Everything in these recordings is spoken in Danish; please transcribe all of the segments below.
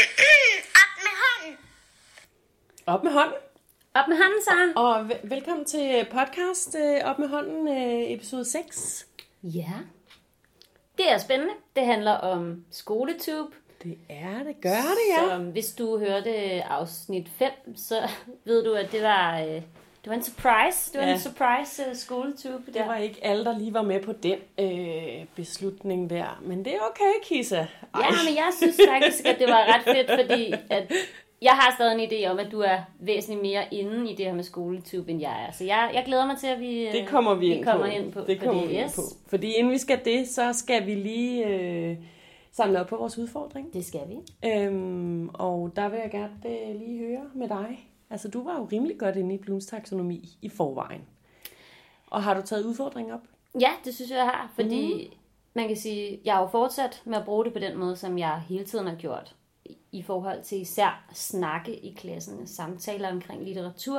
Op med hånden. Op med hånden. Op med hånden, Sara. Og velkommen til podcast Op med hånden, episode 6. Ja. Det er spændende. Det handler om skoletube. Det gør det, ja. Så hvis du hørte afsnit 5, så ved du, at det var en surprise. Det var en surprise skoletube. Det var ikke alle, der lige var med på den beslutning der. Men det er okay, Kisa. Ja, men jeg synes faktisk, at det var ret fedt, fordi at jeg har stadig en idé om, at du er væsentligt mere inde i det her med skoletube, end jeg er. Så jeg glæder mig til, at vi kommer ind på. Det kommer vi ind på. Fordi inden vi skal det, så skal vi lige samle op på vores udfordring. Det skal vi. Og der vil jeg gerne lige høre med dig. Altså, du var jo rimelig godt inde i Blooms taksonomi i forvejen. Og har du taget udfordringen op? Ja, det synes jeg har, fordi man kan sige, jeg har jo fortsat med at bruge det på den måde, som jeg hele tiden har gjort. I forhold til især snakke i klassen, samtaler omkring litteratur.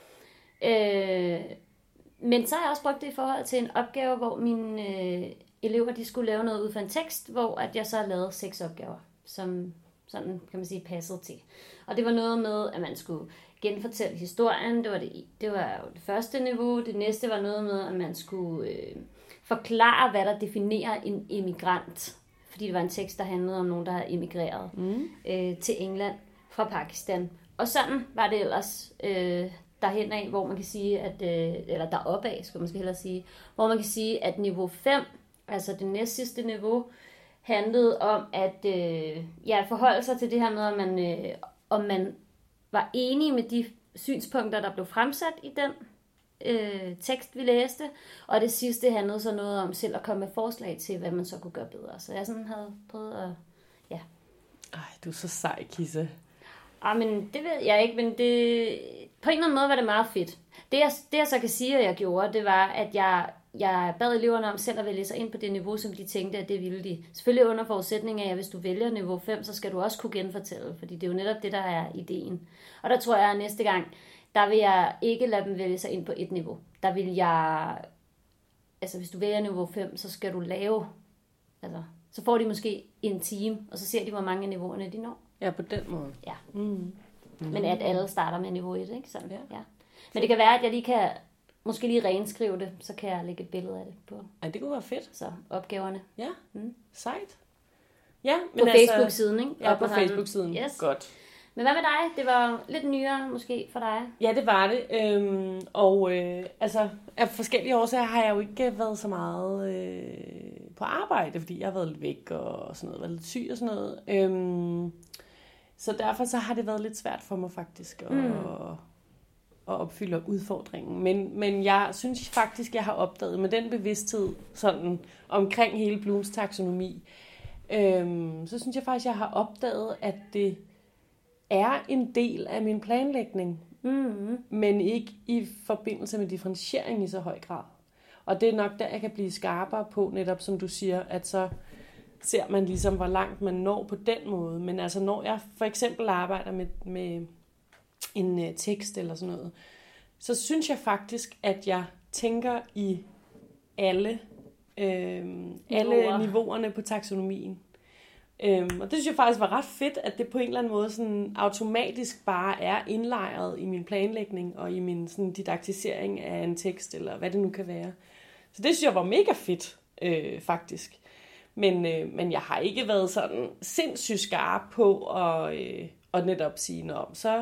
Men så har jeg også brugt det i forhold til en opgave, hvor mine elever de skulle lave noget ud fra en tekst, hvor at jeg så har lavet 6 opgaver, som sådan kan man sige passede til. Og det var noget med, at man skulle genfortælle historien. Det var jo det første niveau. Det næste var noget med, at man skulle forklare, hvad der definerer en emigrant. Fordi det var en tekst, der handlede om nogen, der havde emigreret til England fra Pakistan. Og sådan var det ellers derhen af, hvor man kan sige, at, eller deroppe af, skal man måske hellere sige, hvor man kan sige, at niveau 5, altså det næstsidste niveau, handlede om at forholde sig til det her med, om man var enige med de synspunkter, der blev fremsat i den tekst, vi læste. Og det sidste handlede så noget om selv at komme med forslag til, hvad man så kunne gøre bedre. Så jeg sådan havde prøvet at, ja. Ej, du er så sej, Kisse. Men det ved jeg ikke, men det, på en eller anden måde var det meget fedt. Det jeg så kan sige, at jeg gjorde, det var, at jeg bad eleverne om selv at vælge sig ind på det niveau, som de tænkte, at det ville de. Selvfølgelig under forudsætning af, at hvis du vælger niveau 5, så skal du også kunne genfortælle, fordi det er jo netop det, der er ideen. Og der tror jeg, at næste gang, der vil jeg ikke lade dem vælge sig ind på et niveau. Der vil jeg, altså hvis du vælger niveau 5, så skal du lave, altså så får de måske en time, og så ser de, hvor mange af niveauerne de når. Ja, på den måde. Ja. Men at alle starter med niveau 1, ikke? Sådan, ja. Men det kan være, at jeg lige kan måske lige renskrive det, så kan jeg lægge et billede af det på. Ja, det kunne være fedt. Så opgaverne. Ja, sejt. Ja, men på Facebook-siden, ikke? Ja, på Facebook-siden. Yes. Godt. Men hvad med dig? Det var lidt nyere måske for dig. Ja, det var det. Altså, af forskellige årsager har jeg jo ikke været så meget på arbejde, fordi jeg har været lidt væk og sådan noget, været lidt syg og sådan noget. Så derfor så har det været lidt svært for mig faktisk at opfylde udfordringen. Men jeg synes faktisk, jeg har opdaget med den bevidsthed sådan omkring hele Blooms taksonomi, så synes jeg faktisk, jeg har opdaget, at det er en del af min planlægning, men ikke i forbindelse med differentiering i så høj grad. Og det er nok der, jeg kan blive skarpere på, netop som du siger, at så ser man ligesom, hvor langt man når på den måde. Men altså, når jeg for eksempel arbejder med en tekst eller sådan noget, så synes jeg faktisk, at jeg tænker i alle niveauerne på taksonomien. Og det synes jeg faktisk var ret fedt, at det på en eller anden måde sådan automatisk bare er indlejret i min planlægning og i min sådan didaktisering af en tekst, eller hvad det nu kan være. Så det synes jeg var mega fedt, faktisk. Men jeg har ikke været sådan sindssygt skarp på at netop sige, så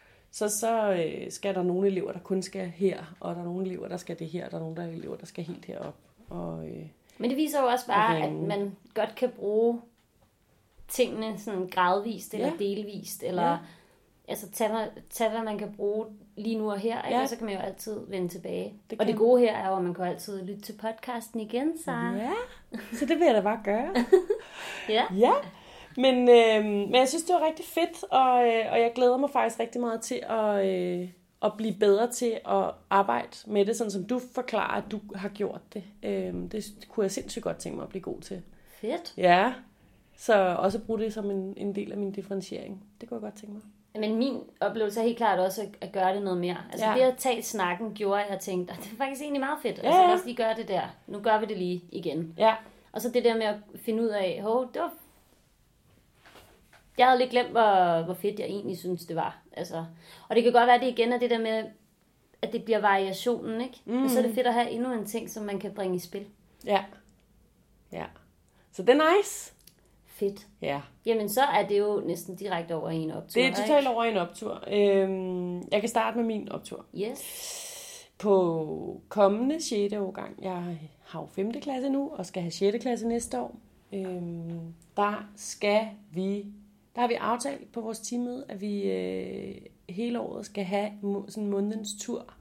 skal der nogle elever, der kun skal her, og der er nogle elever, der skal det her, og der er nogle elever, der skal helt herop. Men det viser jo også bare, at man godt kan bruge tingene sådan gradvist eller delvist, eller altså tage hvad man kan bruge lige nu og her, ikke? Og så kan man jo altid vende tilbage. Det gode her er jo, at man kan altid lytte til podcasten igen, så. Ja, så det vil jeg da bare gøre. Ja. Men jeg synes, det var rigtig fedt, og jeg glæder mig faktisk rigtig meget til at blive bedre til at arbejde med det, sådan som du forklarer, at du har gjort det. Det kunne jeg sindssygt godt tænke mig at blive god til. Fedt. Ja, så også bruge det som en del af min differentiering. Det kunne jeg godt tænke mig. Men min oplevelse er helt klart også at gøre det noget mere. Altså det at tage snakken gjorde, at jeg tænkte, det er faktisk egentlig meget fedt. Altså lad os lige gøre det der. Nu gør vi det lige igen. Ja. Og så det der med at finde ud af, jeg havde lidt glemt, hvor fedt jeg egentlig synes, det var. Altså, og det kan godt være, at det igen er det der med, at det bliver variationen, ikke? Men så er det fedt at have endnu en ting, som man kan bringe i spil. Ja. Ja. Så det er nice. Fedt. Ja. Jamen, så er det jo næsten direkte over i en optur. Det er totalt over i en optur. Jeg kan starte med min optur. Yes. På kommende 6. årgang, jeg har jo 5. klasse nu, og skal have 6. klasse næste år, der har vi aftalt på vores teammøde, at vi hele året skal have sådan månedens tur.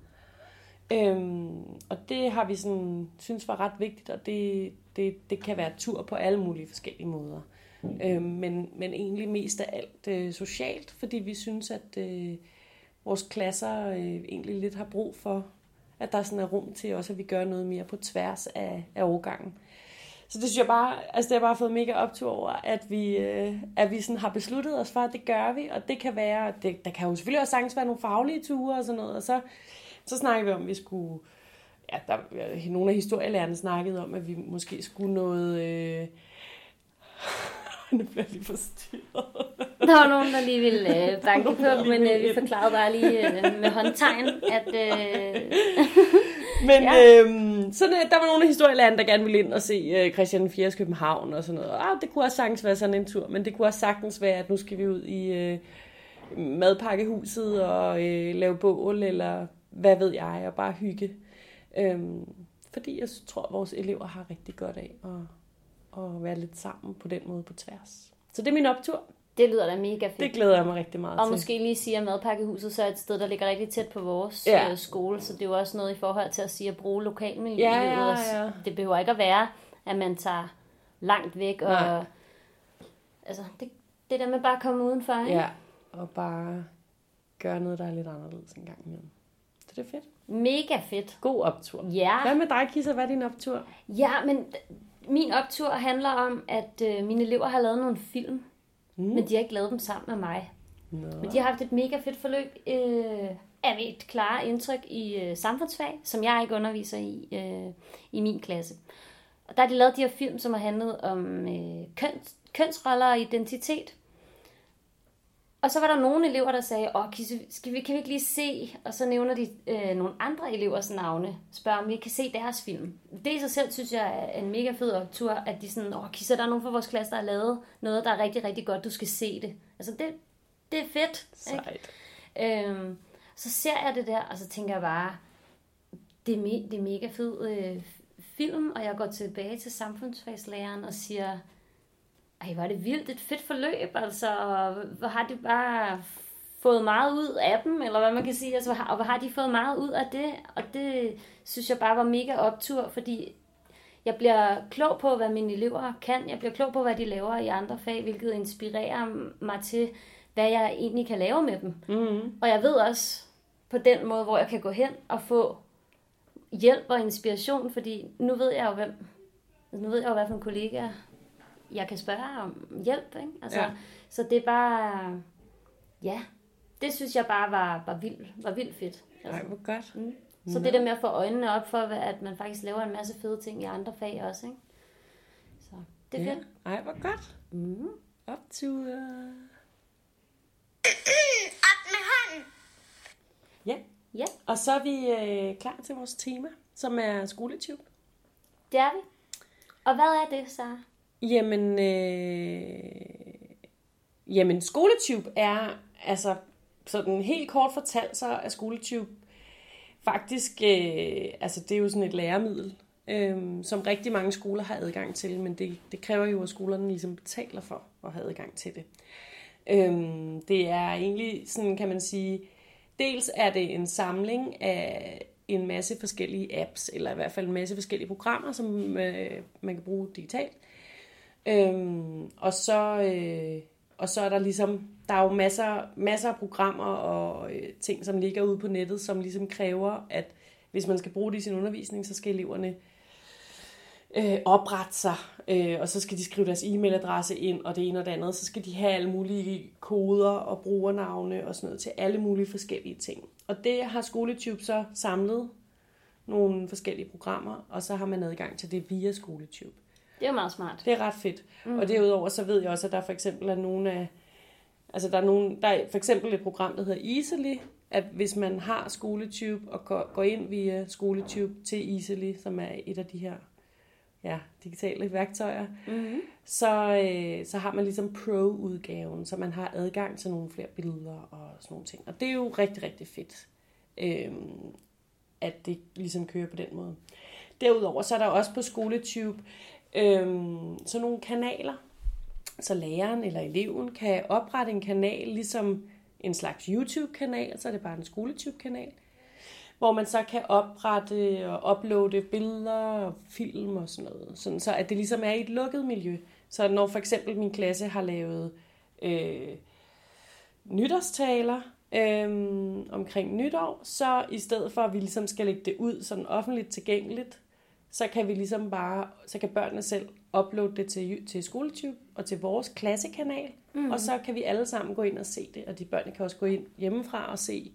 Og det har vi sådan, synes var ret vigtigt, og det kan være tur på alle mulige forskellige måder. Men egentlig mest af alt socialt, fordi vi synes, at vores klasser egentlig lidt har brug for, at der sådan er rum til også, at vi gør noget mere på tværs af årgangen. Så det synes jeg bare, altså det har bare fået mega optur over, at vi sådan har besluttet os for, at det gør vi, og det kan være, der kan jo selvfølgelig også sagtens være nogle faglige ture og sådan noget, og så snakker vi om, at vi skulle, nogle af historielærerne snakkede om, at vi måske skulle noget, nu bliver jeg lige forstyrret. Der var nogen, der lige ville banke på, men vi forklarede bare lige med håndtegn, at... Men så der var nogle af historielærerne, der gerne ville ind og se Christian 4. København og sådan noget. Det kunne også sagtens være sådan en tur, men det kunne også sagtens være, at nu skal vi ud i madpakkehuset og lave bål, eller hvad ved jeg, og bare hygge. Fordi jeg tror, at vores elever har rigtig godt af at være lidt sammen på den måde på tværs. Så det er min optur. Det lyder da mega fedt. Det glæder jeg mig rigtig meget til. Og måske lige sige, at madpakkehuset så er et sted, der ligger rigtig tæt på vores skole, så det er jo også noget i forhold til at sige at bruge lokalmiljøet. Ja. Det behøver ikke at være, at man tager langt væk. Og, altså, det der med bare at komme udenfor. Ikke? Ja, og bare gøre noget, der er lidt anderledes en gang imellem. Så det er fedt. Mega fedt. God optur. Ja. Hvad med dig, Kissa? Hvad er din optur? Ja, men min optur handler om, at mine elever har lavet nogle film. Men de har ikke lavet dem sammen med mig. Men de har haft et mega fedt forløb af mit klare indtryk i samfundsfag, som jeg ikke underviser i min klasse. Og der har de lavet de her film, som har handlet om kønsroller og identitet. Og så var der nogle elever, der sagde, kan vi ikke lige se? Og så nævner de nogle andre elevers navne, spørger om vi kan se deres film. Det i sig selv, synes jeg, er en mega fed optur, at de sådan, Kissa, der er nogen fra vores klasse, der har lavet noget, der er rigtig, rigtig godt, du skal se det. Altså, det er fedt. Sejt. Så ser jeg det der, og så tænker jeg bare, det er mega fed film, og jeg går tilbage til samfundsfagslæreren og siger, hvor er det vildt, et fedt forløb, altså, hvor har de bare fået meget ud af dem, eller hvad man kan sige, altså, og hvor har de fået meget ud af det, og det synes jeg bare var mega optur, fordi jeg bliver klog på, hvad mine elever kan, jeg bliver klog på, hvad de laver i andre fag, hvilket inspirerer mig til, hvad jeg egentlig kan lave med dem. Mm-hmm. Og jeg ved også på den måde, hvor jeg kan gå hen og få hjælp og inspiration, fordi nu ved jeg jo, hvad for en kollega jeg kan spørge om hjælp, ikke? Altså, så det er bare, det synes jeg bare var vildt fedt. Altså. Ej, hvor godt. Så det der med at få øjnene op for, at man faktisk laver en masse fede ting i andre fag også, ikke? Så det er fedt. Ej, hvor godt. Optur. Op med hånden. Ja. Og så er vi klar til vores tema, som er skoletube. Det er vi. Og hvad er det, så? Jamen skoletube er, altså sådan helt kort fortalt, så er skoletube faktisk, altså det er jo sådan et læremiddel, som rigtig mange skoler har adgang til, men det kræver jo, at skolerne ligesom betaler for at have adgang til det. Det er egentlig sådan, kan man sige, dels er det en samling af en masse forskellige apps, eller i hvert fald en masse forskellige programmer, som man kan bruge digitalt. Og så er der ligesom, der er jo masser af programmer og ting, som ligger ude på nettet, som ligesom kræver, at hvis man skal bruge det i sin undervisning, så skal eleverne oprette sig, og så skal de skrive deres e-mailadresse ind, og det ene og det andet. Så skal de have alle mulige koder og brugernavne og sådan noget til alle mulige forskellige ting. Og det har Skoletube så samlet nogle forskellige programmer, og så har man adgang til det via Skoletube. Det er jo meget smart. Det er ret fedt. Og derudover så ved jeg også, at der for eksempel er nogle Altså der er for eksempel et program, der hedder Easily, at hvis man har SkoleTube og går ind via SkoleTube til Easily, som er et af de her digitale værktøjer, så har man ligesom Pro-udgaven, så man har adgang til nogle flere billeder og sådan nogle ting. Og det er jo rigtig, rigtig fedt, at det ligesom kører på den måde. Derudover så er der også på SkoleTube sådan nogle kanaler, så læreren eller eleven kan oprette en kanal, ligesom en slags YouTube-kanal, så er det bare en SkoleTube-kanal, hvor man så kan oprette og uploade billeder og film og sådan noget, sådan så at det ligesom er i et lukket miljø. Så når for eksempel min klasse har lavet nytårstaler omkring nytår, så i stedet for at vi ligesom skal lægge det ud sådan offentligt tilgængeligt, så kan vi ligesom så kan børnene selv uploade det til SkoleTube og til vores klassekanal, og så kan vi alle sammen gå ind og se det, og de børn kan også gå ind hjemmefra og se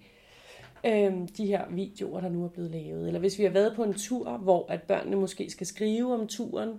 de her videoer, der nu er blevet lavet. Eller hvis vi har været på en tur, hvor at børnene måske skal skrive om turen,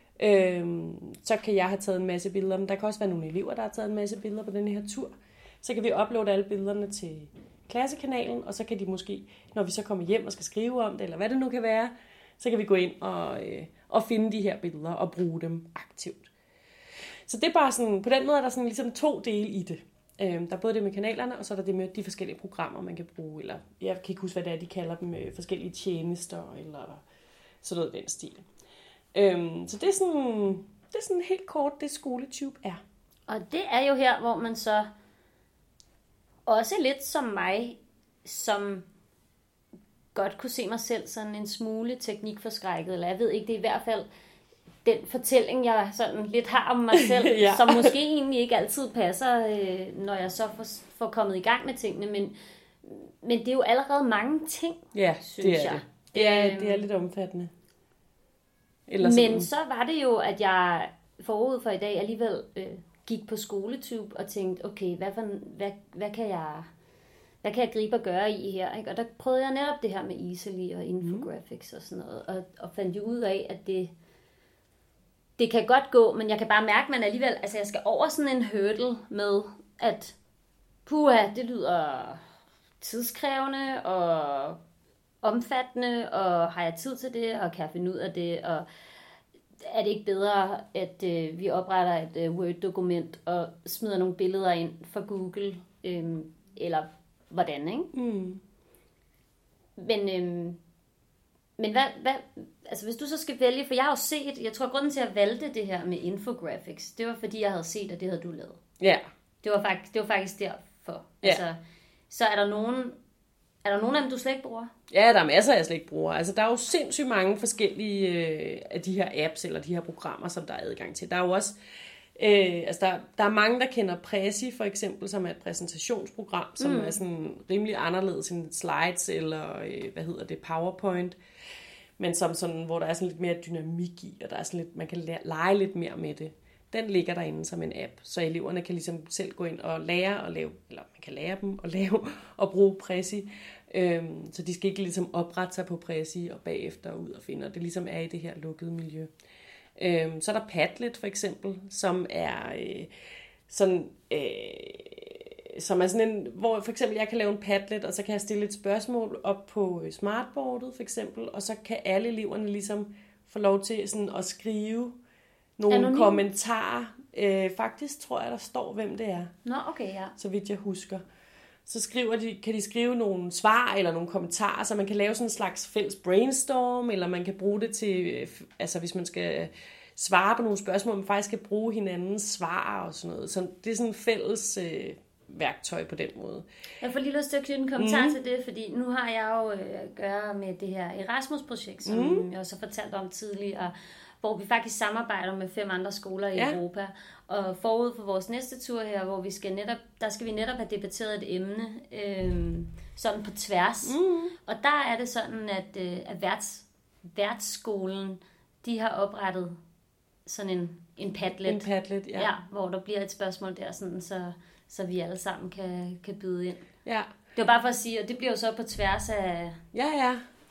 så kan jeg have taget en masse billeder, men der kan også være nogle elever, der har taget en masse billeder på den her tur. Så kan vi uploade alle billederne til klassekanalen, og så kan de måske, når vi så kommer hjem og skal skrive om det, eller hvad det nu kan være, så kan vi gå ind og finde de her billeder og bruge dem aktivt. Så det er bare sådan, på den måde er der sådan ligesom 2 dele i det. Der er både det med kanalerne, og så er der det med de forskellige programmer, man kan bruge, eller jeg kan ikke huske, hvad det er, de kalder dem, forskellige tjenester, eller sådan noget den stil. Så det er sådan helt kort, det SkoleTube er. Og det er jo her, hvor man så også lidt som mig, som godt kunne se mig selv sådan en smule teknikforskrækket, eller jeg ved ikke, det er i hvert fald den fortælling, jeg sådan lidt har om mig selv, Ja. som måske egentlig ikke altid passer, når jeg så får kommet i gang med tingene, men det er jo allerede mange ting, synes det er jeg. Det er lidt omfattende. Men så var det jo, at jeg forud for i dag alligevel gik på SkoleTube og tænkte, okay, hvad kan jeg gribe og gøre i her? Ikke? Og der prøvede jeg netop det her med Easily og infographics og sådan noget, og fandt jo ud af, at det kan godt gå, men jeg kan bare mærke, at man alligevel, altså jeg skal over sådan en hurdle med, at det lyder tidskrævende og omfattende, og har jeg tid til det, og kan jeg finde ud af det, og er det ikke bedre, at vi opretter et Word-dokument og smider nogle billeder ind for Google, eller hvordan, ikke? Men hvad, altså hvis du så skal vælge, for jeg har jo set, jeg tror grunden til at jeg valgte det her med infographics, det var fordi jeg havde set, at det havde du lavet. Ja. Det var faktisk derfor. Ja. Altså, så er der nogen af dem, du slet ikke bruger? Ja, der er masser, jeg slet ikke bruger. Altså, der er jo sindssygt mange forskellige af de her apps, eller de her programmer, som der er adgang til. Der er jo også, der er mange, der kender Prezi, for eksempel, som er et præsentationsprogram, som er sådan rimelig anderledes end Slides, eller, PowerPoint. Men som sådan, hvor der er sådan lidt mere dynamik i, og der er sådan lidt, man kan lege lidt mere med det. Den ligger derinde som en app, så eleverne kan ligesom selv gå ind og lære at lave, eller man kan lære dem at lave og bruge Prezi. Så de skal ikke ligesom oprette sig på Prezi og bagefter ud og finde, og det ligesom er i det her lukkede miljø. Så er der Padlet for eksempel, som er sådan en, hvor for eksempel jeg kan lave en Padlet, og så kan jeg stille et spørgsmål op på smartboardet for eksempel, og så kan alle eleverne ligesom få lov til sådan at skrive nogle kommentarer. Faktisk tror jeg, der står, hvem det er. Nå, okay, ja. Så vidt jeg husker. Så kan de skrive nogle svar eller nogle kommentarer, så man kan lave sådan en slags fælles brainstorm, eller man kan bruge det til, altså hvis man skal svare på nogle spørgsmål, man faktisk skal bruge hinandens svar og sådan noget. Så det er sådan en fælles værktøj på den måde. Jeg får lige lyst til at knytte en kommentar til det, fordi nu har jeg jo at gøre med det her Erasmus-projekt, som jeg også har fortalt om tidligere, hvor vi faktisk samarbejder med 5 andre skoler i Europa. Og forud for vores næste tur her, hvor vi skal vi netop have debatteret et emne, sådan på tværs. Og der er det sådan, at værtsskolen, de har oprettet sådan en Padlet. En Padlet, ja. Hvor der bliver et spørgsmål der, sådan, så vi alle sammen kan byde ind. Ja. Det var bare for at sige, og det bliver jo så på tværs af... Ja.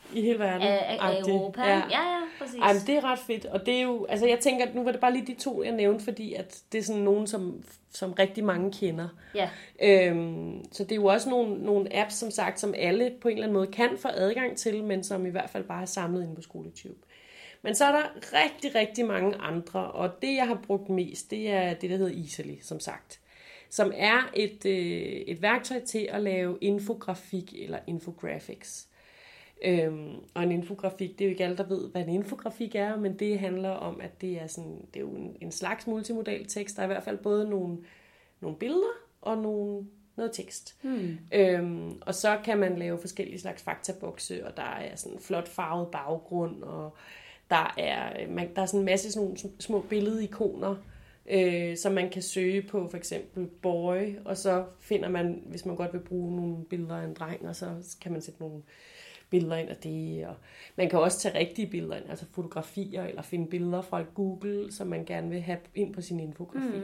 i hele verden. Af Europa. Ja, præcis. Ej, men det er ret fedt, og det er jo, altså jeg tænker, at nu var det bare lige de 2, jeg nævnte, fordi at det er sådan nogen, som rigtig mange kender. Ja. Så det er jo også nogle apps, som sagt, som alle på en eller anden måde kan få adgang til, men som i hvert fald bare er samlet inde på SkoleTube. Men så er der rigtig, rigtig mange andre, og det, jeg har brugt mest, det er det, der hedder Easily, som sagt. Som er et værktøj til at lave infografik eller infographics. Og en infografik, det er jo ikke alle, der ved, hvad en infografik er, men det handler om, at det er jo en slags multimodal tekst. Der er i hvert fald både nogle billeder og noget tekst. Og så kan man lave forskellige slags faktabokse, og der er sådan en flot farvet baggrund, og der er sådan en masse sådan nogle små billedikoner, som man kan søge på, for eksempel boy, og så finder man, hvis man godt vil bruge nogle billeder af en dreng, og så kan man sætte nogle billeder ind af det, og man kan også tage rigtige billeder ind, altså fotografier, eller finde billeder fra Google, som man gerne vil have ind på sin infografik.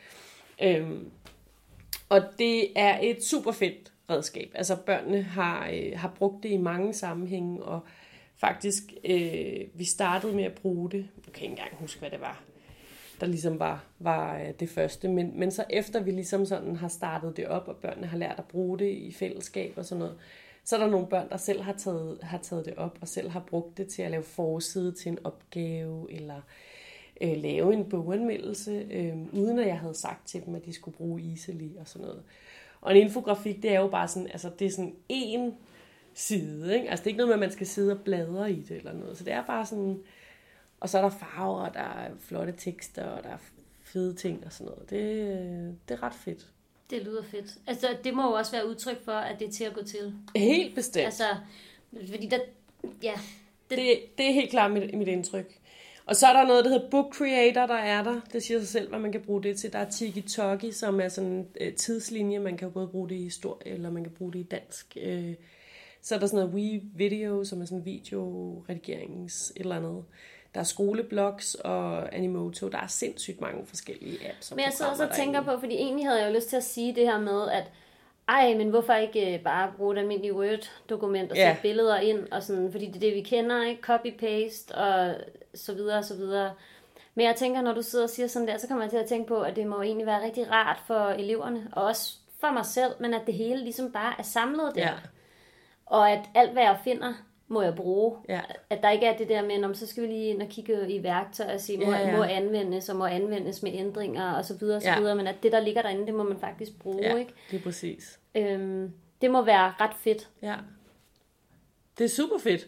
Og det er et super fedt redskab. Altså børnene har brugt det i mange sammenhænge, og faktisk, vi startede med at bruge det. Jeg kan ikke engang huske, hvad det var, der ligesom var det første. Men så efter vi ligesom sådan har startet det op, og børnene har lært at bruge det i fællesskab og sådan noget, så er der nogle børn, der selv har taget det op, og selv har brugt det til at lave forside til en opgave, eller lave en boganmeldelse, uden at jeg havde sagt til dem, at de skulle bruge Easily og sådan noget. Og en infografik, det er jo bare sådan, altså det er sådan en side, ikke? Altså det er ikke noget med, at man skal sidde og bladre i det eller noget. Så det er bare sådan, og så er der farver, og der er flotte tekster, og der er fede ting og sådan noget. Det er ret fedt. Det lyder fedt. Altså det må jo også være udtryk for, at det er til at gå til. Helt bestemt. Altså, fordi der, ja. Det er helt klart mit indtryk. Og så er der noget, der hedder Book Creator, der er der. Det siger sig selv, hvad man kan bruge det til. Der er Tiki-Toki, som er sådan en tidslinje. Man kan jo både bruge det i historie, eller man kan bruge det i dansk. Så er der sådan noget WeVideo, som er sådan videoredigerings et eller andet. Der er skoleblogs og Animoto. Der er sindssygt mange forskellige apps. Men jeg sidder også og tænker på, fordi egentlig havde jeg jo lyst til at sige det her med, at men hvorfor ikke bare bruge et almindeligt Word-dokument og sætte billeder ind, og sådan, fordi det er det, vi kender, ikke? Copy-paste og så videre og så videre. Men jeg tænker, når du sidder og siger sådan der, så kommer jeg til at tænke på, at det må egentlig være rigtig rart for eleverne, og også for mig selv, men at det hele ligesom bare er samlet der. Ja. Og at alt, hvad jeg finder, må jeg bruge. Ja. At der ikke er det der med, så skal vi lige ind og kigge i værktøj og sige, må anvendes, og må anvendes med ændringer, og så videre, og så videre. Men at det, der ligger derinde, det må man faktisk bruge, ikke? Det er præcis. Det må være ret fedt. Ja. Det er super fedt.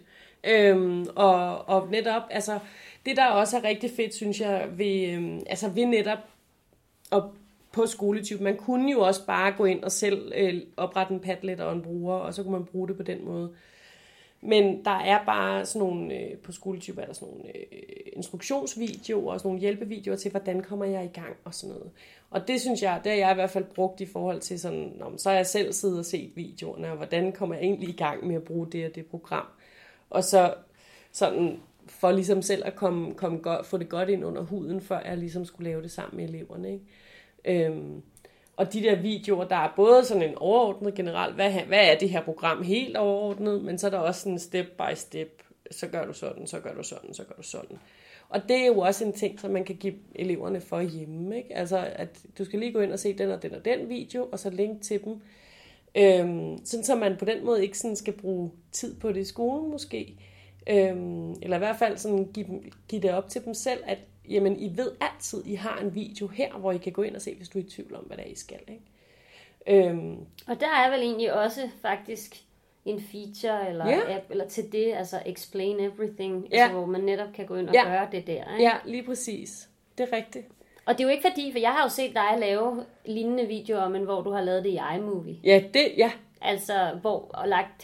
Og netop, altså, det der også er rigtig fedt, synes jeg, ved netop og på SkoleTube, man kunne jo også bare gå ind og selv oprette en Padlet og en bruger, og så kunne man bruge det på den måde. Men der er bare sådan nogle, på SkoleTube er der sådan nogle instruktionsvideoer og sådan nogle hjælpevideoer til, hvordan kommer jeg i gang og sådan noget. Og det synes jeg, det har jeg i hvert fald brugt i forhold til sådan, så har jeg selv siddet og set videoerne, og hvordan kommer jeg egentlig i gang med at bruge det og det program. Og så sådan, for ligesom selv at få det godt ind under huden, før jeg ligesom skulle lave det sammen med eleverne, ikke? Og de der videoer, der er både sådan en overordnet generelt, hvad er det her program helt overordnet, men så er der også sådan step by step, så gør du sådan, så gør du sådan, så gør du sådan. Og det er jo også en ting, som man kan give eleverne for hjemme, ikke? Altså, at du skal lige gå ind og se den og den og den video, og så link til dem. Sådan så man på den måde ikke sådan skal bruge tid på det i skolen måske. Eller i hvert fald sådan give det op til dem selv, at jamen, I ved altid, I har en video her, hvor I kan gå ind og se, hvis du er i tvivl om, hvad det er, I skal. Ikke? Og der er vel egentlig også faktisk en feature eller app eller til det, altså Explain Everything, altså, hvor man netop kan gå ind og gøre det der. Ikke? Ja, lige præcis. Det er rigtigt. Og det er jo ikke fordi, for jeg har jo set dig lave lignende videoer, men hvor du har lavet det i iMovie. Ja. Altså, hvor lagt,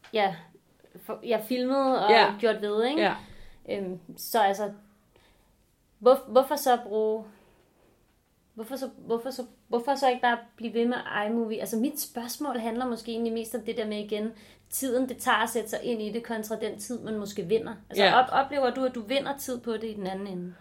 jeg filmet og gjort ved, ikke? Ja. Så altså, hvorfor så bruge... Hvorfor så ikke bare blive ved med iMovie? Altså mit spørgsmål handler måske egentlig mest om det der med igen, tiden det tager at sætte sig ind i det, kontra den tid, man måske vinder. Altså oplever du, at du vinder tid på det i den anden ende?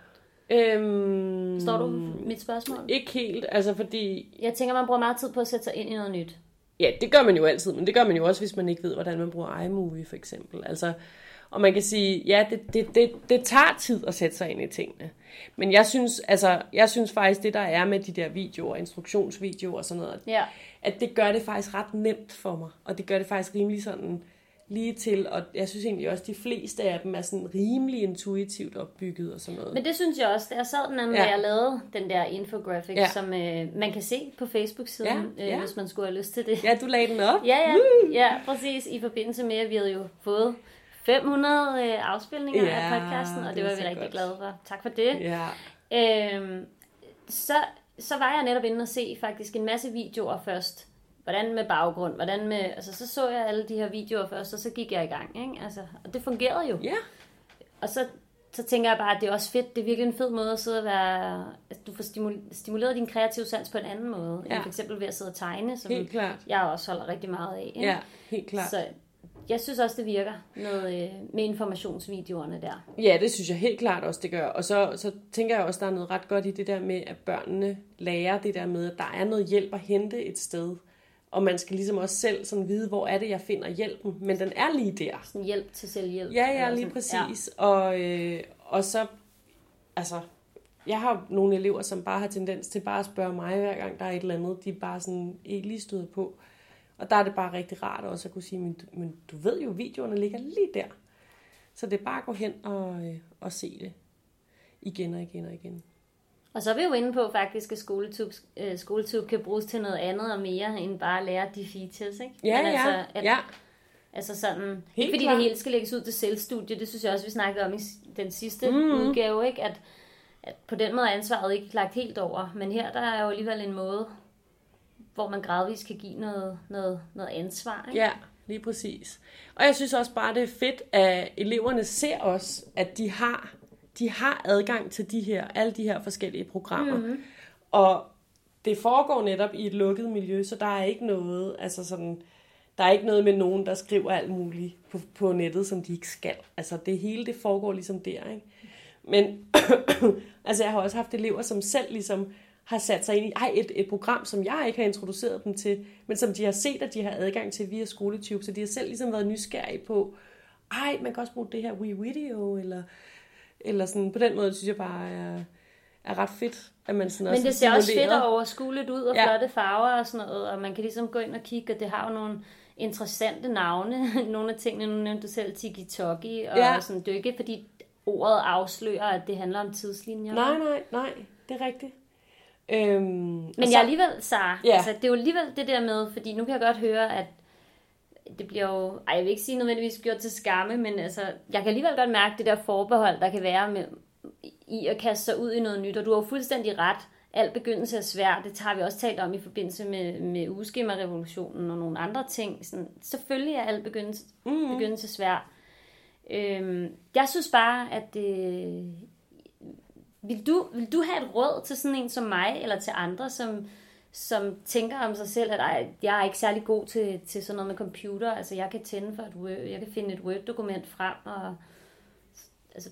Forstår du mit spørgsmål? Ikke helt, altså fordi... Jeg tænker, man bruger meget tid på at sætte sig ind i noget nyt. Ja, det gør man jo altid, men det gør man jo også, hvis man ikke ved, hvordan man bruger iMovie for eksempel. Altså, og man kan sige, ja, det tager tid at sætte sig ind i tingene. Men jeg synes faktisk, det der er med de der videoer, instruktionsvideoer og sådan noget, at det gør det faktisk ret nemt for mig. Og det gør det faktisk rimelig sådan lige til, og jeg synes egentlig også, de fleste af dem er sådan rimelig intuitivt opbygget og sådan noget. Men det synes jeg også, da jeg sad den anden, da jeg lavede den der infographic, som man kan se på Facebook-siden, hvis man skulle have lyst til det. Ja, du lagde den op. Ja, præcis, i forbindelse med, at vi havde jo fået 500 afspilninger af podcasten, og det var vi rigtig glade for. Tak for det. Ja. Så var jeg netop inde og se faktisk en masse videoer først. Hvordan med baggrund, så jeg alle de her videoer først, og så gik jeg i gang, ikke? Altså, og det fungerede jo. Ja. Og så tænker jeg bare, at det er også fedt, det er virkelig en fed måde at sidde og være, at du får stimuleret din kreative sans på en anden måde, end for eksempel ved at sidde og tegne, som jeg også holder rigtig meget af. Ikke? Ja, helt klart. Så jeg synes også, det virker noget med informationsvideoerne der. Ja, det synes jeg helt klart også, det gør. Og så tænker jeg også, der er noget ret godt i det der med, at børnene lærer det der med, at der er noget hjælp at hente et sted. Og man skal ligesom også selv sådan vide, hvor er det, jeg finder hjælpen. Men den er lige der. Sådan hjælp til selvhjælp. Ja, lige præcis. Ja. Og så, altså, jeg har nogle elever, som bare har tendens til bare at spørge mig, hver gang der er et eller andet, de bare sådan ikke lige støder på. Og der er det bare rigtig rart også at kunne sige, men du ved jo, videoerne ligger lige der. Så det er bare at gå hen og se det igen og igen og igen. Og så er vi jo inde på faktisk, at SkoleTube kan bruges til noget andet og mere, end bare at lære de features, ikke? Ja. Altså sådan, ikke fordi det hele skal lægges ud til selvstudie, det synes jeg også, vi snakkede om i den sidste udgave, ikke? At på den måde er ansvaret ikke lagt helt over, men her der er jo alligevel en måde, hvor man gradvist kan give noget ansvar, ikke? Ja, lige præcis. Og jeg synes også bare, det er fedt, at eleverne ser også, at de har adgang til alle de her forskellige programmer. Mm-hmm. Og det foregår netop i et lukket miljø, så der er ikke noget, altså sådan, der er ikke noget med nogen, der skriver alt muligt på nettet, som de ikke skal. Altså det hele, det foregår ligesom der, ikke? Men altså jeg har også haft elever, som selv ligesom har sat sig ind i et program, som jeg ikke har introduceret dem til, men som de har set, at de har adgang til via SkoleTube, så de har selv ligesom været nysgerrige på, man kan også bruge det her WeVideo, eller sådan, på den måde, synes jeg bare er ret fedt, at man sådan også. Men det ser også fedt over skueligt ud, og flotte farver og sådan noget, og man kan ligesom gå ind og kigge, og det har jo nogle interessante navne, nogle af tingene, nu nævnte du selv Tiki-Toki, og sådan, det er jo ikke, fordi ordet afslører, at det handler om tidslinjer. Nej, det er rigtigt. Men jeg alligevel, Sara, altså, det er jo alligevel det der med, fordi nu kan jeg godt høre, at det bliver jo, jeg vil ikke sige nødvendigvis gjort til skamme, men altså, jeg kan alligevel godt mærke det der forbehold, der kan være i at kaste sig ud i noget nyt, og du har jo fuldstændig ret. Al begyndelse er svær, det tager vi også talt om i forbindelse med ugeskema-revolutionen og nogle andre ting. Sådan, selvfølgelig er al begyndelse svær. Jeg synes bare, at vil du have et råd til sådan en som mig, eller til andre, som tænker om sig selv, at jeg er ikke særlig god til sådan noget med computer. Altså, jeg kan tænde for jeg kan finde et Word-dokument frem, og altså,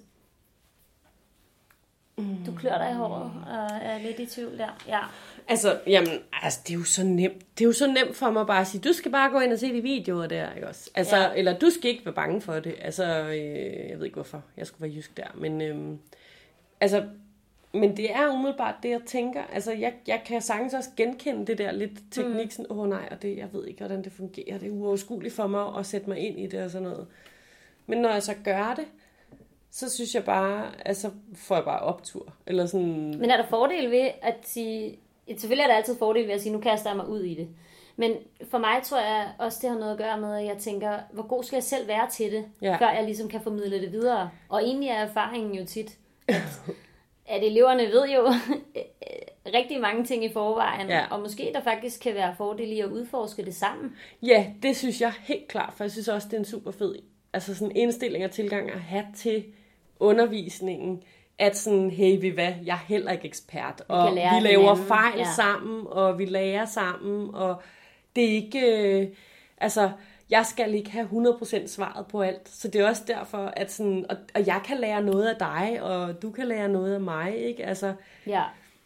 du klør dig i håret, og er lidt i tvivl der. Ja. Altså, det er jo så nemt. Det er jo så nemt for mig bare at sige, du skal bare gå ind og se de videoer der, ikke også? Altså, eller du skal ikke være bange for det. Altså, jeg ved ikke hvorfor, jeg skulle være jysk der, men men det er umiddelbart det, jeg tænker. Altså, jeg kan sagtens også genkende det der lidt teknik, sådan, nej, og det, jeg ved ikke, hvordan det fungerer. Det er uoverskueligt for mig at sætte mig ind i det og sådan noget. Men når jeg så gør det, så synes jeg bare, altså, får jeg bare optur. Eller sådan. Men er der fordel ved at sige, selvfølgelig er der altid fordel ved at sige, nu kaster jeg mig ud i det. Men for mig tror jeg også, det har noget at gøre med, at jeg tænker, hvor god skal jeg selv være til det, før jeg ligesom kan formidle det videre. Og egentlig er erfaringen jo tit, at eleverne ved jo rigtig mange ting i forvejen, og måske der faktisk kan være fordel i at udforske det sammen. Ja, det synes jeg helt klart, for jeg synes også, det er en super fed sådan indstilling og tilgang at have til undervisningen, at sådan, hey, jeg er heller ikke ekspert, og vi laver fejl sammen, og vi lærer sammen, og det er ikke, jeg skal ikke have 100% svaret på alt, så det er også derfor, at sådan, og jeg kan lære noget af dig, og du kan lære noget af mig, ikke? Altså,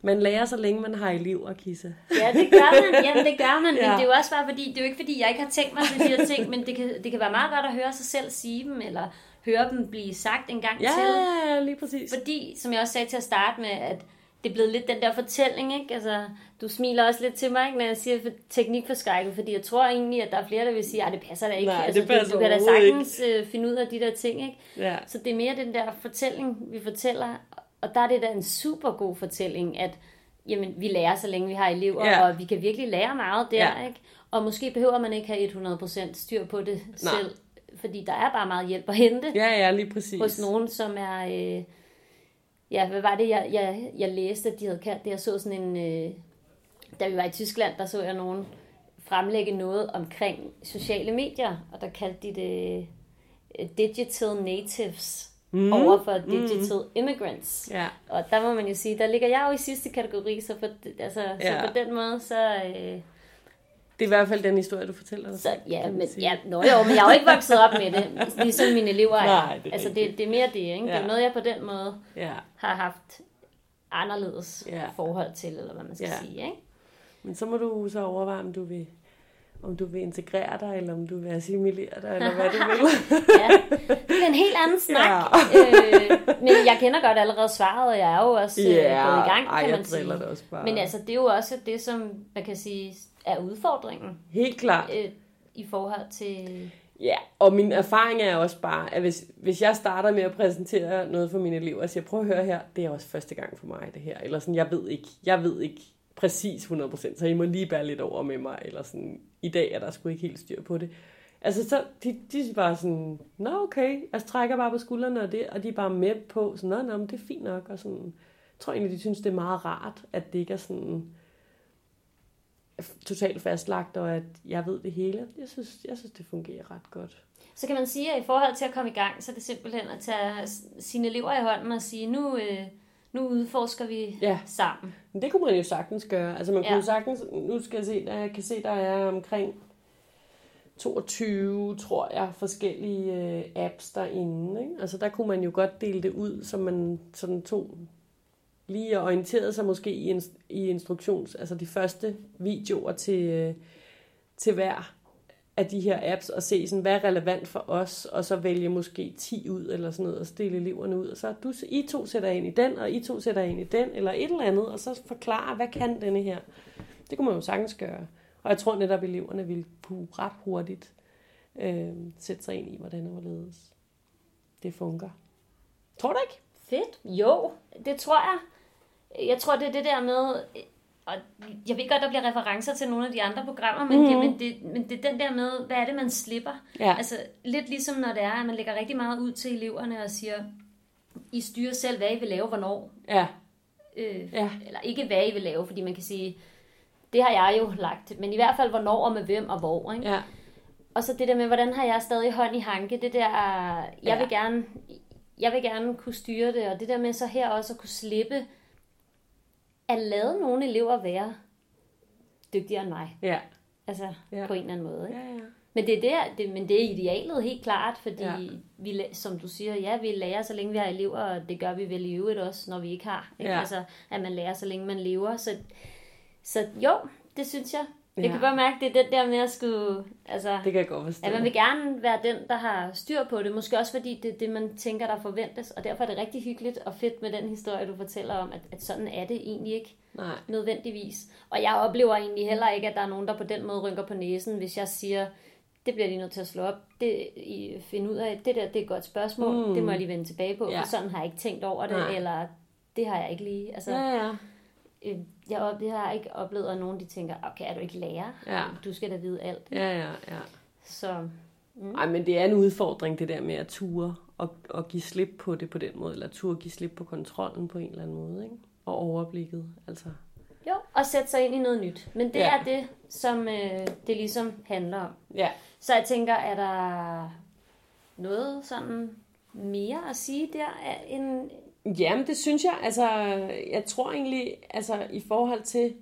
Man lærer så længe man har elever, Kisse. Ja, det gør man. Jamen, det gør man. Men det er jo også bare fordi, det er jo ikke fordi, jeg ikke har tænkt mig til de her ting, men det kan være meget godt at høre sig selv sige dem, eller høre dem blive sagt en gang til. Ja, lige præcis. Fordi, som jeg også sagde til at starte med, at det er blevet lidt den der fortælling, ikke? Altså, du smiler også lidt til mig, ikke, når jeg siger teknikforskrækket, fordi jeg tror egentlig, at der er flere, der vil sige, at det passer da ikke. Nej, altså, det passer du kan da sagtens finde ud af de der ting, ikke? Ja. Så det er mere den der fortælling, vi fortæller, og der er det da en super god fortælling, at jamen, vi lærer så længe vi har elever, og vi kan virkelig lære meget der, ikke? Og måske behøver man ikke have 100% styr på det selv, fordi der er bare meget hjælp at hente. Ja, lige præcis. Hos nogen, som er... hvad var det, jeg læste, at de havde kaldt det? Jeg så sådan en... da vi var i Tyskland, der så jeg nogen fremlægge noget omkring sociale medier, og der kaldte de det digital natives over for digital immigrants. Ja. Og der må man jo sige, der ligger jeg jo i sidste kategori, så på den måde, så... Det er i hvert fald den historie, du fortæller. Så, men jeg har jo ikke vokset op med det, ligesom mine elever er. Nej, det er mere det, ikke? Det er noget, jeg på den måde har haft anderledes forhold til, eller hvad man skal sige, ikke? Men så må du så overveje, om du vil integrere dig, eller om du vil assimilere dig, eller hvad du vil. Det er en helt anden snak. Men jeg kender godt allerede svaret, og jeg er jo også gået i gang, kan man sige. Det også bare. Men altså, det er jo også det, som man kan sige er udfordringen. Helt klart. I forhold til... Ja, og min erfaring er også bare, at hvis jeg starter med at præsentere noget for mine elever, og siger, prøv at høre her, det er også første gang for mig, det her. Eller sådan, jeg ved ikke præcis 100%, så I må lige bære lidt over med mig, eller sådan, i dag er der sgu ikke helt styr på det. Altså, så de er bare sådan, nå okay, jeg trækker bare på skuldrene og de er bare med på, sådan, nå, men det er fint nok, og sådan, jeg tror egentlig, de synes, det er meget rart, at det ikke er sådan totalt fastlagt, og at jeg ved det hele. Jeg synes, det fungerer ret godt. Så kan man sige, at i forhold til at komme i gang, så er det simpelthen at tage sine elever i hånden og sige, nu udforsker vi sammen. Men det kunne man jo sagtens gøre. Altså man kunne jo sagtens, nu skal jeg kan se, der er omkring 22, tror jeg, forskellige apps derinde. Ikke? Altså der kunne man jo godt dele det ud, så man sådan tog lige og orienterede sig måske i instruktions, altså de første videoer til hver af de her apps, og se sådan, hvad er relevant for os, og så vælge måske 10 ud, eller sådan noget, og stille eleverne ud, og så I to sætter ind i den, og I to sætter ind i den, eller et eller andet, og så forklare, hvad kan denne her. Det kunne man jo sagtens gøre. Og jeg tror netop, eleverne ville kunne ret hurtigt sætte sig ind i, hvordan og hvorledes det fungerer. Tror du ikke? Fedt. Jo, det tror jeg. Jeg tror, det er det der med, og jeg ved godt, der bliver referencer til nogle af de andre programmer, men det er den der med, hvad er det, man slipper? Ja. Altså lidt ligesom når det er, at man lægger rigtig meget ud til eleverne og siger, I styrer selv, hvad I vil lave, hvornår. Ja. Eller ikke, hvad I vil lave, fordi man kan sige, det har jeg jo lagt, men i hvert fald, hvornår og med hvem og hvor. Ikke? Ja. Og så det der med, hvordan har jeg stadig hånd i hanke, det der, jeg vil gerne kunne styre det, og det der med så her også at kunne slippe, at lade nogle elever være dygtigere end mig. Ja. Altså på en eller anden måde. Ikke? Ja. Men det er idealet helt klart, fordi vi, som du siger, vi lærer så længe vi har elever, og det gør vi vel i øvrigt også, når vi ikke har. Ikke? Ja. Altså, at man lærer så længe man lever. Så jo, det synes jeg. Jeg kan godt mærke, det er den der med at skulle... Altså, det kan jeg godt forstå. At man vil gerne være den, der har styr på det. Måske også fordi det er det, man tænker, der forventes. Og derfor er det rigtig hyggeligt og fedt med den historie, du fortæller om, at sådan er det egentlig ikke nødvendigvis. Og jeg oplever egentlig heller ikke, at der er nogen, der på den måde rynker på næsen, hvis jeg siger, det bliver de nødt til at slå op. Finde ud af, det der det er et godt spørgsmål. Det må jeg lige vende tilbage på, for sådan har jeg ikke tænkt over det. Eller det har jeg ikke lige... Altså, jeg har ikke oplevet, at nogen de tænker, okay, er du ikke lærer? Ja. Du skal da vide alt. Ja. Så... Ej, men det er en udfordring, det der med at ture og give slip på det på den måde, eller ture give slip på kontrollen på en eller anden måde, ikke? Og overblikket, altså. Jo, og sætte sig ind i noget nyt. Men det er det, som det ligesom handler om. Ja. Så jeg tænker, er der noget sådan mere at sige der end... Jamen, det synes jeg. Altså, jeg tror egentlig, altså i forhold til...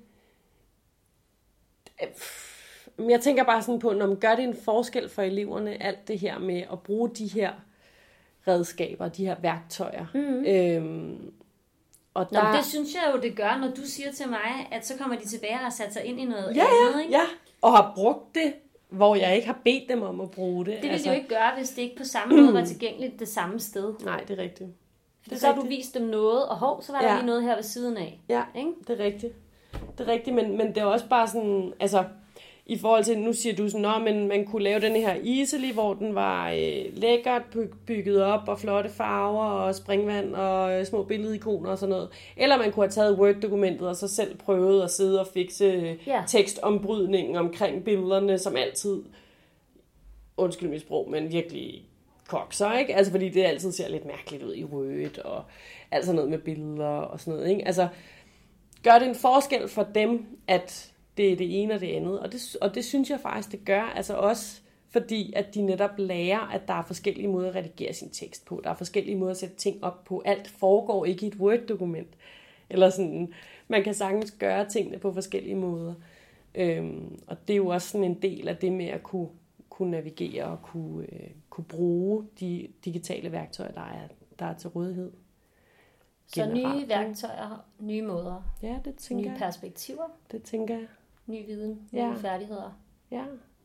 Jeg tænker bare sådan på, når man gør det en forskel for eleverne, alt det her med at bruge de her redskaber, de her værktøjer. Og Nå, det synes jeg jo, det gør, når du siger til mig, at så kommer de tilbage og har sat sig ind i noget ja, andet, ikke? Ja, og har brugt det, hvor jeg ikke har bedt dem om at bruge det. Det ville de jo ikke gøre, hvis det ikke på samme måde var tilgængeligt det samme sted. Nej, det er rigtigt. Fordi så har du vist dem noget, og så var der lige noget her ved siden af. Ja, ikke? Det er rigtigt. Det er rigtigt, men det er også bare sådan, altså, i forhold til, nu siger du sådan, men man kunne lave den her Easily, hvor den var lækkert bygget op, og flotte farver, og springvand, og små billedikoner og sådan noget. Eller man kunne have taget Word-dokumentet, og så selv prøvet at sidde og fikse tekstombrydningen omkring billederne, som altid, undskyld mit sprog, men virkelig kokser, ikke? Altså, fordi det altid ser lidt mærkeligt ud i Word, og alt sådan noget med billeder og sådan noget, ikke? Altså, gør det en forskel for dem, at det er det ene og det andet. Og det synes jeg faktisk, det gør. Altså også fordi, at de netop lærer, at der er forskellige måder at redigere sin tekst på. Der er forskellige måder at sætte ting op på. Alt foregår ikke i et Word-dokument. Eller sådan, man kan sagtens gøre tingene på forskellige måder. Og det er jo også sådan en del af det med at kunne navigere og kunne bruge de digitale værktøjer, der er til rådighed. Så nye værktøjer, nye måder, ja, det tænker nye perspektiver, det tænker jeg. Ny viden, nye færdigheder. Ja.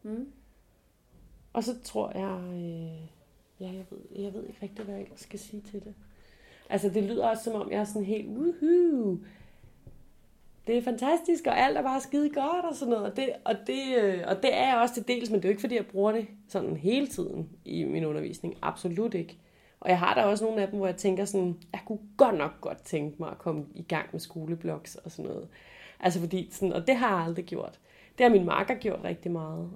Og så tror jeg, jeg ved ikke rigtig, hvad jeg skal sige til det. Altså, det lyder også, som om jeg er sådan helt, woohoo, det er fantastisk, og alt er bare skide godt og sådan noget. Og det er jeg også til dels, men det er jo ikke, fordi jeg bruger det sådan hele tiden i min undervisning. Absolut ikke. Og jeg har da også nogle af dem, hvor jeg tænker sådan, jeg kunne godt tænke mig at komme i gang med skoleblogs og sådan noget. Altså fordi sådan, og det har jeg aldrig gjort. Det har min makker gjort rigtig meget.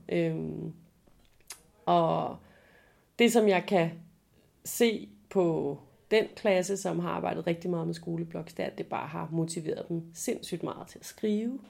Og det, som jeg kan se på den klasse, som har arbejdet rigtig meget med skoleblogs, det er, at det bare har motiveret dem sindssygt meget til at skrive.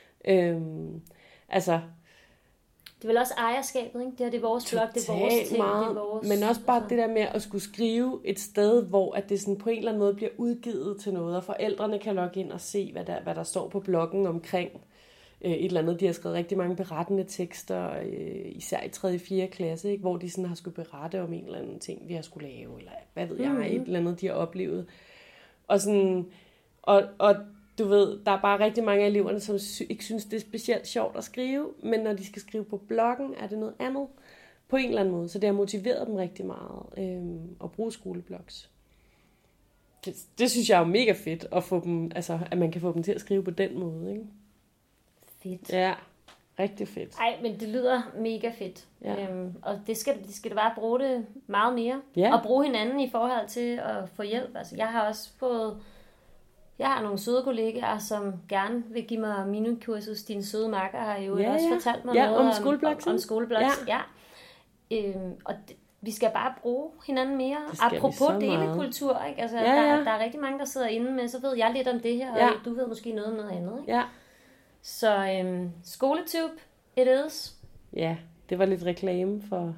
Altså, det er vel også ejerskabet, ikke? Det er vores blog, det er vores ting, meget, det er vores... Men også bare det der med at skulle skrive et sted, hvor at det sådan på en eller anden måde bliver udgivet til noget, og forældrene kan logge ind og se, hvad der står på bloggen omkring et eller andet. De har skrevet rigtig mange berettende tekster, især i 3. og 4. klasse, ikke? Hvor de sådan har skulle berette om en eller anden ting, vi har skulle lave, eller hvad ved jeg, et eller andet, de har oplevet. Og sådan, og du ved, der er bare rigtig mange af eleverne, som ikke synes, det er specielt sjovt at skrive, men når de skal skrive på bloggen, er det noget andet på en eller anden måde. Så det har motiveret dem rigtig meget at bruge skoleblogs. Det synes jeg er jo mega fedt, at få dem, altså, at man kan få dem til at skrive på den måde, ikke? Fedt. Ja, rigtig fedt. Ej, men det lyder mega fedt. Ja. Og det skal da bare bruge det meget mere. Ja. Og bruge hinanden i forhold til at få hjælp. Altså, jeg har nogle søde kollegaer, som gerne vil give mig minikursus. Din søde makker har jo også fortalt mig noget om skoleblogs. Om skoleblogs, ja. Og vi skal bare bruge hinanden mere. Apropos delekultur, ikke? Altså, der er rigtig mange, der sidder inde med, så ved jeg lidt om det her, og du ved måske noget om noget andet, ikke? Ja. Så skoletube, it is. Ja, det var lidt reklame for...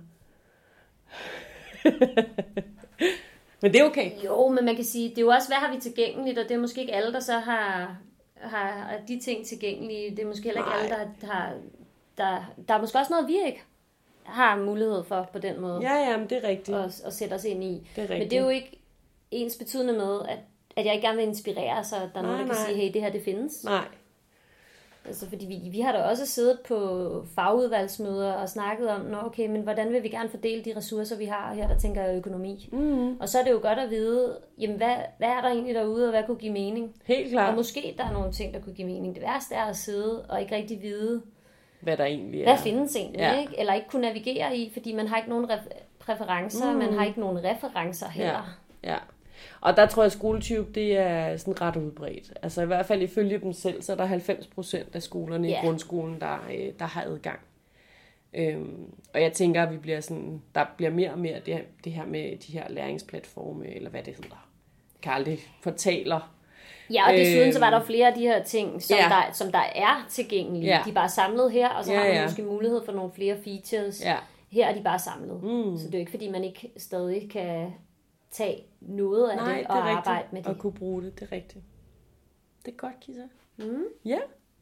Men det er okay. Jo, men man kan sige, det er jo også, hvad har vi tilgængeligt, og det er måske ikke alle, der så har de ting tilgængelige. Det er måske heller ikke alle, der er måske også noget, vi ikke har mulighed for på den måde. Ja, men det er rigtigt. At sætte os ind i. Det er rigtigt. Men det er jo ikke ens betydende med, at jeg ikke gerne vil inspirere, så der er nogen, der kan sige, hey, det her, det findes. Nej. Altså, fordi vi har da også siddet på fagudvalgsmøder og snakket om, okay, men hvordan vil vi gerne fordele de ressourcer, vi har her, der tænker jeg økonomi. Og så er det jo godt at vide, jamen, hvad er der egentlig derude, og hvad kunne give mening? Helt klart. Og måske der er nogle ting, der kunne give mening. Det værste er at sidde og ikke rigtig vide, hvad der egentlig er. Hvad findes egentlig, ikke? Eller ikke kunne navigere i, fordi man har ikke nogen præferencer, man har ikke nogen referencer heller. Ja. Og der tror jeg, at skoletube, det er sådan ret udbredt. Altså i hvert fald ifølge dem selv, så er der 90% af skolerne i grundskolen, der har adgang. Og jeg tænker, at der bliver mere og mere det her med de her læringsplatforme, eller hvad det hedder. Kalde det portaler. Ja, og desuden så var der flere af de her ting, som der er tilgængelige. De er bare samlet her, og så har man måske mulighed for nogle flere features. Ja. Her er de bare samlet. Så det er jo ikke, fordi man ikke stadig kan tage noget af det og arbejde med det. Og kunne bruge det, det er rigtigt. Det er godt, Kisa. Ja.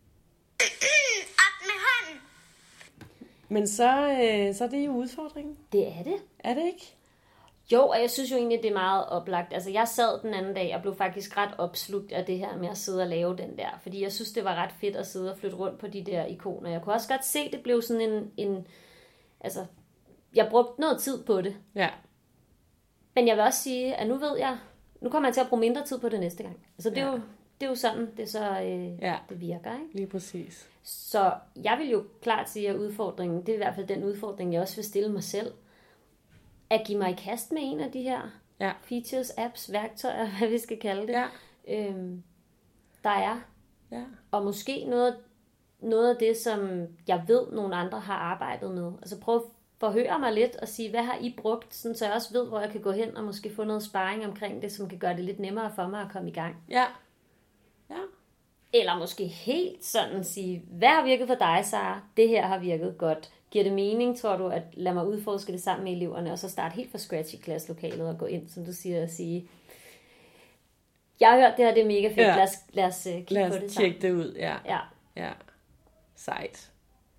Op med hånden. Men så er det jo udfordringen. Det er det. Er det ikke? Jo, og jeg synes jo egentlig, det er meget oplagt. Altså, jeg sad den anden dag og blev faktisk ret opslugt af det her med at sidde og lave den der. Fordi jeg synes, det var ret fedt at sidde og flytte rundt på de der ikoner. Jeg kunne også godt se, det blev sådan altså, jeg brugte noget tid på det. Ja. Men jeg vil også sige, at nu kommer jeg til at bruge mindre tid på det næste gang. Altså, det er jo sådan, det virker, ikke? Lige præcis. Så jeg vil jo klart sige, at udfordringen, det er i hvert fald den udfordring, jeg også vil stille mig selv, at give mig i kast med en af de her features, apps, værktøjer, hvad vi skal kalde det, der er. Ja. Og måske noget af det, som jeg ved, nogle andre har arbejdet med. Altså prøv at forhøre mig lidt og sige, hvad har I brugt, sådan, så jeg også ved, hvor jeg kan gå hen og måske få noget sparring omkring det, som kan gøre det lidt nemmere for mig at komme i gang. Ja. Ja. Eller måske helt sådan sige, hvad har virket for dig, Sara? Det her har virket godt. Giver det mening, tror du, at lade mig udforske det sammen med eleverne, og så starte helt fra scratch i klasselokalet og gå ind, som du siger, og sige, jeg har hørt det her, det er mega fedt, lad os kigge på det sammen. Lad os tjekke det ud, ja. Sejt.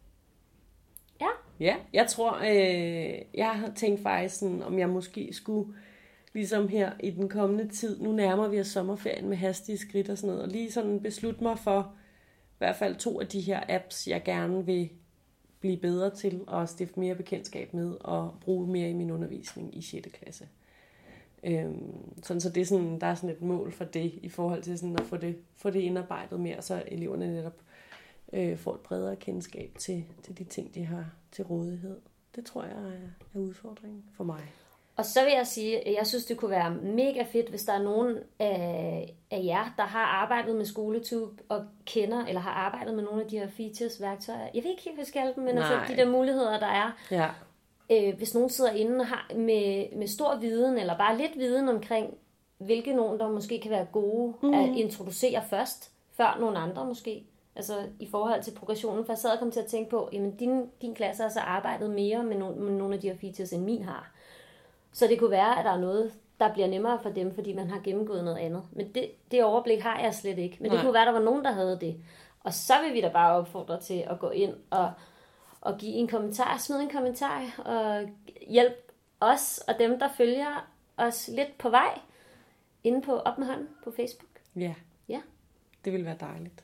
Ja. Ja, jeg tror, jeg har tænkt faktisk sådan, om jeg måske skulle, ligesom her i den kommende tid, nu nærmer vi os sommerferien med hastige skridt og sådan noget, og lige sådan beslutte mig for, i hvert fald 2 af de her apps, jeg gerne vil blive bedre til at stifte mere bekendtskab med og bruge mere i min undervisning i 6. klasse. Sådan, så det er sådan, der er sådan et mål for det, i forhold til sådan at få det indarbejdet mere, så eleverne netop får et bredere kendskab til de ting, de har til rådighed. Det tror jeg er udfordringen for mig. Og så vil jeg sige, at jeg synes, det kunne være mega fedt, hvis der er nogen af jer, der har arbejdet med SkoleTube og kender, eller har arbejdet med nogle af de her features, værktøjer. Jeg ved ikke helt, hvad skal kalde dem, men altså de der muligheder, der er. Ja. Hvis nogen sidder inde og har med stor viden, eller bare lidt viden omkring, hvilke nogen, der måske kan være gode at introducere først, før nogle andre måske. Altså i forhold til progressionen, for jeg sad og kom til at tænke på, jamen din klasse har så arbejdet mere med nogle af de her features, end min har. Så det kunne være, at der er noget, der bliver nemmere for dem, fordi man har gennemgået noget andet. Men det overblik har jeg slet ikke. Men det kunne være, at der var nogen, der havde det. Og så vil vi da bare opfordre til at gå ind og give en kommentar, smide en kommentar, og hjælpe os og dem, der følger os lidt på vej, inde på Op med hånden på Facebook. Ja. Det vil være dejligt.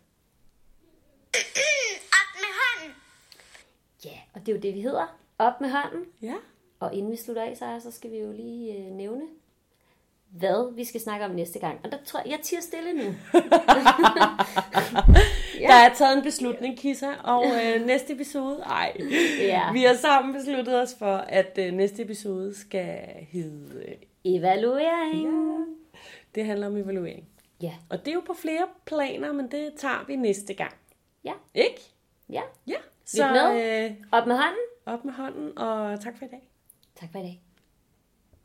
Op med hånden. Ja, og det er jo det, vi hedder. Op med hånden. Ja. Og inden vi slutter af, så skal vi jo lige nævne, hvad vi skal snakke om næste gang. Og der tror jeg tiger stille nu. Der er taget en beslutning, Kissa, og næste episode, vi har sammen besluttet os for, at næste episode skal hedde evaluering. Ja. Det handler om evaluering. Ja. Og det er jo på flere planer, men det tager vi næste gang. Ja. Ikke? Ja. Ja. Så op med hånden. Op med hånden, og tak for i dag. Tak for i dag.